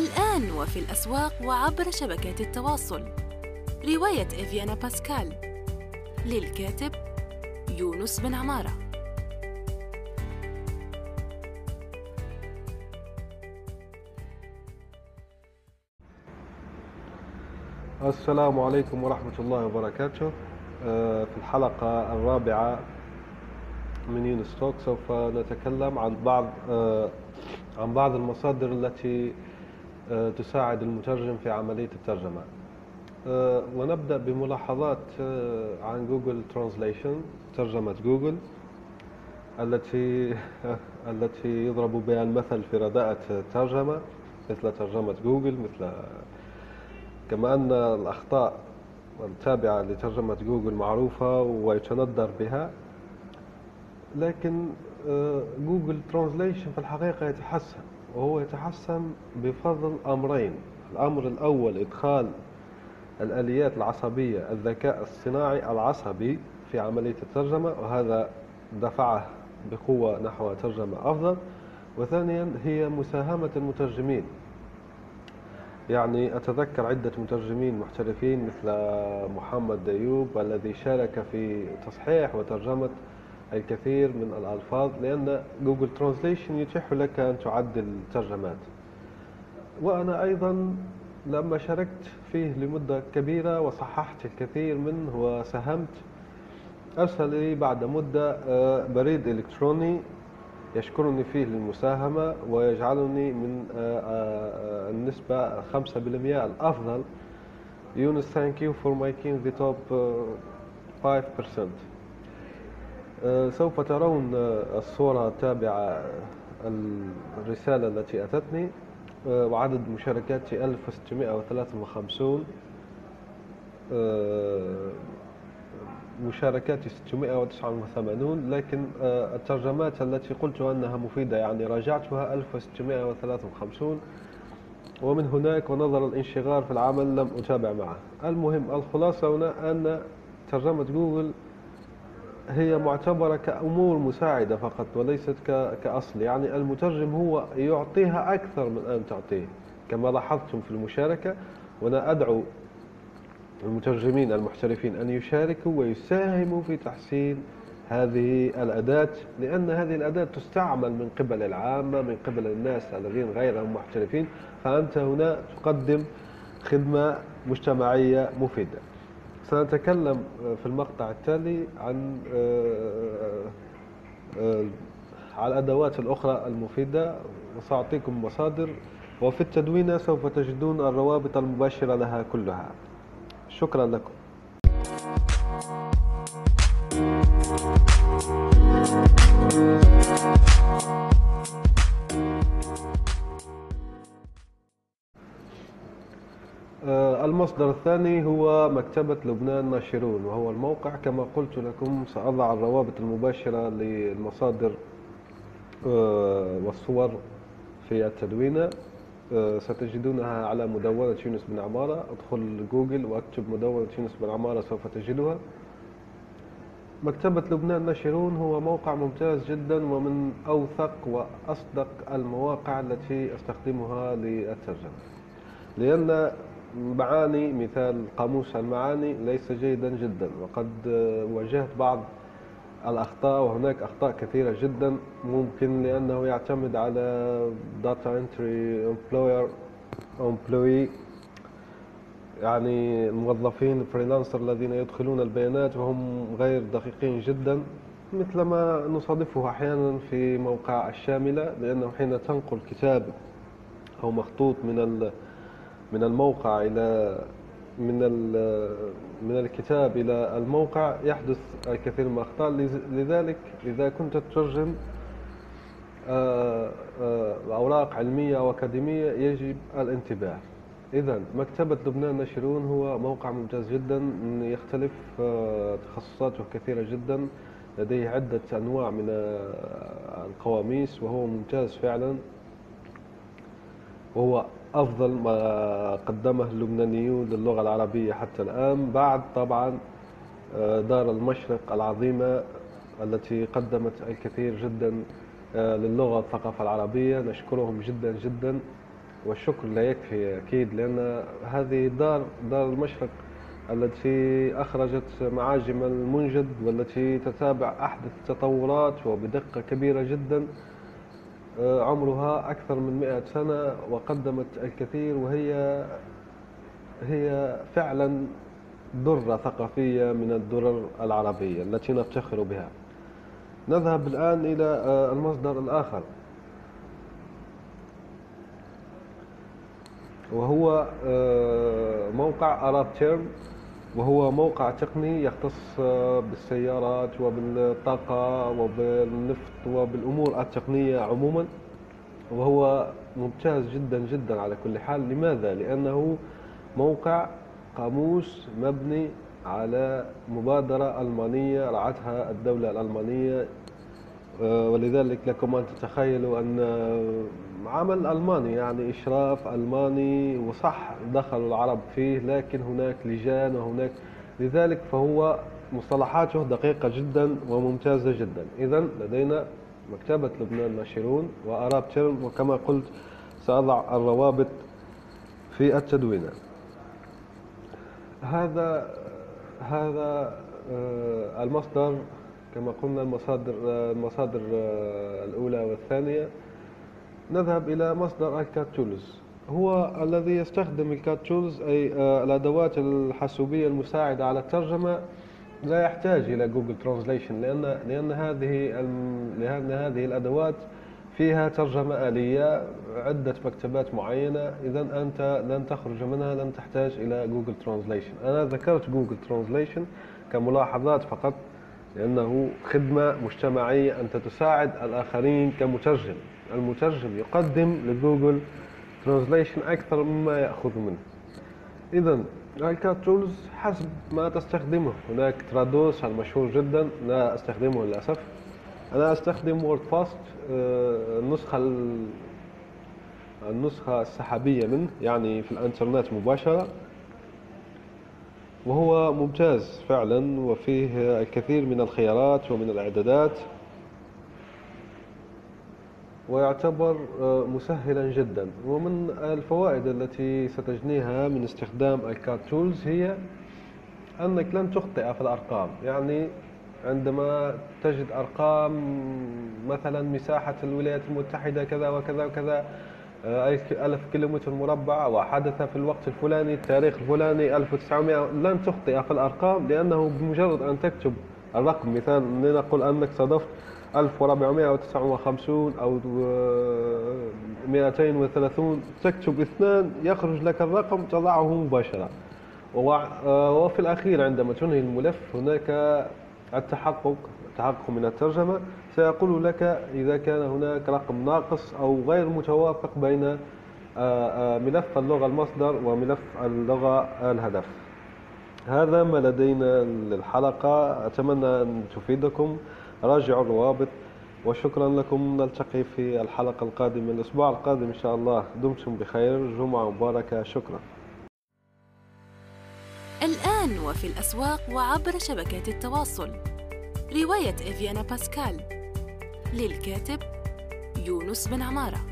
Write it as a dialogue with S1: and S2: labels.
S1: الآن وفي الأسواق وعبر شبكات التواصل، رواية إفيانا باسكال للكاتب يونس بن عمارة.
S2: السلام عليكم ورحمة الله وبركاته. في الحلقة الرابعة من يونس توك سوف نتكلم عن بعض المصادر التي تساعد المترجم في عملية الترجمة. ونبدأ بملاحظات عن جوجل ترانسليشن، ترجمة جوجل التي يضرب بها المثل في رداءة الترجمة، مثل ترجمة جوجل، كما أن الأخطاء التابعة لترجمة جوجل معروفة ويتندر بها، لكن جوجل ترانسليشن في الحقيقة يتحسن، وهو يتحسن بفضل أمرين. الأمر الأول إدخال الآليات العصبية، الذكاء الصناعي العصبي في عملية الترجمة، وهذا دفعه بقوة نحو ترجمة أفضل. وثانيا هي مساهمة المترجمين، يعني أتذكر عدة مترجمين محترفين مثل محمد ديوب الذي شارك في تصحيح وترجمة الكثير من الألفاظ، لأن جوجل ترانسليشن يتيح لك أن تعدل الترجمات. وأنا أيضا لما شاركت فيه لمدة كبيرة وصححت الكثير منه وساهمت، أرسل لي بعد مدة بريد إلكتروني يشكرني فيه للمساهمة ويجعلني من النسبة 5% الأفضل. Yunus, thank you for making the top 5%. سوف ترون الصورة التابعة الرسالة التي أتتني، وعدد مشاركاتي 1653، مشاركاتي 689، لكن الترجمات التي قلت أنها مفيدة يعني راجعتها 1653، ومن هناك ونظر الانشغال في العمل لم أتابع معه. المهم الخلاصة هنا أن ترجمة جوجل هي معتبرة كأمور مساعدة فقط وليست كأصل، يعني المترجم هو يعطيها أكثر من أن تعطيه كما لاحظتم في المشاركة. وأنا أدعو المترجمين المحترفين أن يشاركوا ويساهموا في تحسين هذه الأداة، لأن هذه الأداة تستعمل من قبل العامة، من قبل الناس الذين غير محترفين، فأنت هنا تقدم خدمة مجتمعية مفيدة. سنتكلم في المقطع التالي عن الأدوات الأخرى المفيدة، وسأعطيكم مصادر، وفي التدوين سوف تجدون الروابط المباشرة لها كلها. شكرا لكم. المصدر الثاني هو مكتبة لبنان ناشرون، وهو الموقع كما قلت لكم. سأضع الروابط المباشرة للمصادر والصور في التدوينة، ستجدونها على مدونة يونس بن عمارة. ادخل جوجل واكتب مدونة يونس بن عمارة سوف تجدها. مكتبة لبنان ناشرون هو موقع ممتاز جدا ومن أوثق وأصدق المواقع التي أستخدمها للترجمة، لأن معاني مثال قاموس المعاني ليس جيدا جدا، وقد واجهت بعض الأخطاء، وهناك أخطاء كثيرة جدا ممكن، لأنه يعتمد على data entry employee، يعني الموظفين الفريلانسر الذين يدخلون البيانات وهم غير دقيقين جدا، مثل ما نصادفه أحيانا في موقع الشاملة، لأنه حين تنقل كتاب أو مخطوط من الموقع إلى من الكتاب إلى الموقع يحدث الكثير من الأخطاء. لذلك إذا كنت تترجم أوراق علمية وأكاديمية يجب الانتباه. إذن مكتبة لبنان ناشرون هو موقع ممتاز جدا، يختلف تخصصاته كثيرة جدا، لديه عدة أنواع من القواميس، وهو ممتاز فعلا، وهو أفضل ما قدمه اللبنانيون للغة العربية حتى الآن، بعد طبعا دار المشرق العظيمة التي قدمت الكثير جدا للغة والثقافة العربية. نشكرهم جدا جدا والشكر لا يكفي أكيد، لأن هذه دار المشرق التي أخرجت معاجم المنجد والتي تتابع أحدث التطورات وبدقة كبيرة جدا، عمرها أكثر من 100 سنة وقدمت الكثير، وهي فعلا درة ثقافية من الدرر العربية التي نفتخر بها. نذهب الآن إلى المصدر الآخر، وهو موقع أراب تيرم، وهو موقع تقني يختص بالسيارات وبالطاقة وبالنفط وبالأمور التقنية عموما، وهو ممتاز جدا جدا على كل حال. لماذا؟ لأنه موقع قاموس مبني على مبادرة ألمانية رعتها الدولة الألمانية، ولذلك لكم أن تتخيلوا أن عمل ألماني، يعني إشراف ألماني، وصح دخل العرب فيه لكن هناك لجان وهناك، لذلك فهو مصطلحاته دقيقة جدا وممتازة جدا. إذن لدينا مكتبة لبنان ناشرون وأراب تيرم، وكما قلت سأضع الروابط في التدوينة. هذا المصدر كما قلنا، المصادر الأولى والثانية. نذهب إلى مصدر الكات تولز، هو الذي يستخدم الكات تولز، أي الأدوات الحاسوبية المساعدة على الترجمة. لا يحتاج إلى جوجل ترانسليشن، لأن هذه الأدوات فيها ترجمة آلية، عدة مكتبات معينة، إذن أنت لن تخرج منها، لن تحتاج إلى جوجل ترانسليشن. أنا ذكرت جوجل ترانسليشن كملاحظات فقط، لأنه خدمة مجتمعية، أنت تساعد الآخرين كمترجم. المترجم يقدم لجوجل ترانسليشن أكثر مما يأخذ منه. إذن الكات تولز حسب ما تستخدمه. هناك ترادوس المشهور جدا، لا أستخدمه للأسف. أنا أستخدم وورد فاست، النسخة السحابية منه، يعني في الانترنت مباشرة، وهو ممتاز فعلا، وفيه الكثير من الخيارات ومن الإعدادات، ويعتبر مسهلا جدا. ومن الفوائد التي ستجنيها من استخدام الكات تولز هي أنك لن تخطئ في الأرقام. يعني عندما تجد أرقام مثلا مساحة الولايات المتحدة كذا وكذا وكذا، 1000 كيلومتر مربع، وحدث في الوقت الفلاني، التاريخ الفلاني 1900، لن تخطئ في الأرقام، لأنه بمجرد أن تكتب الرقم، مثال لنقل أنك صادفت 1459 أو 230، تكتب 2 يخرج لك الرقم، تضعه مباشرة. وفي الأخير عندما تنهي الملف هناك التحقق من الترجمة، سيقول لك إذا كان هناك رقم ناقص أو غير متوافق بين ملف اللغة المصدر وملف اللغة الهدف. هذا ما لدينا للحلقة، أتمنى أن تفيدكم. راجعوا الروابط، وشكرا لكم. نلتقي في الحلقة القادمة الأسبوع القادم إن شاء الله. دمتم بخير، جمعة مباركة. شكرا.
S1: الآن وفي الأسواق وعبر شبكات التواصل، رواية إفيانا باسكال، للكاتب يونس بن عمارة.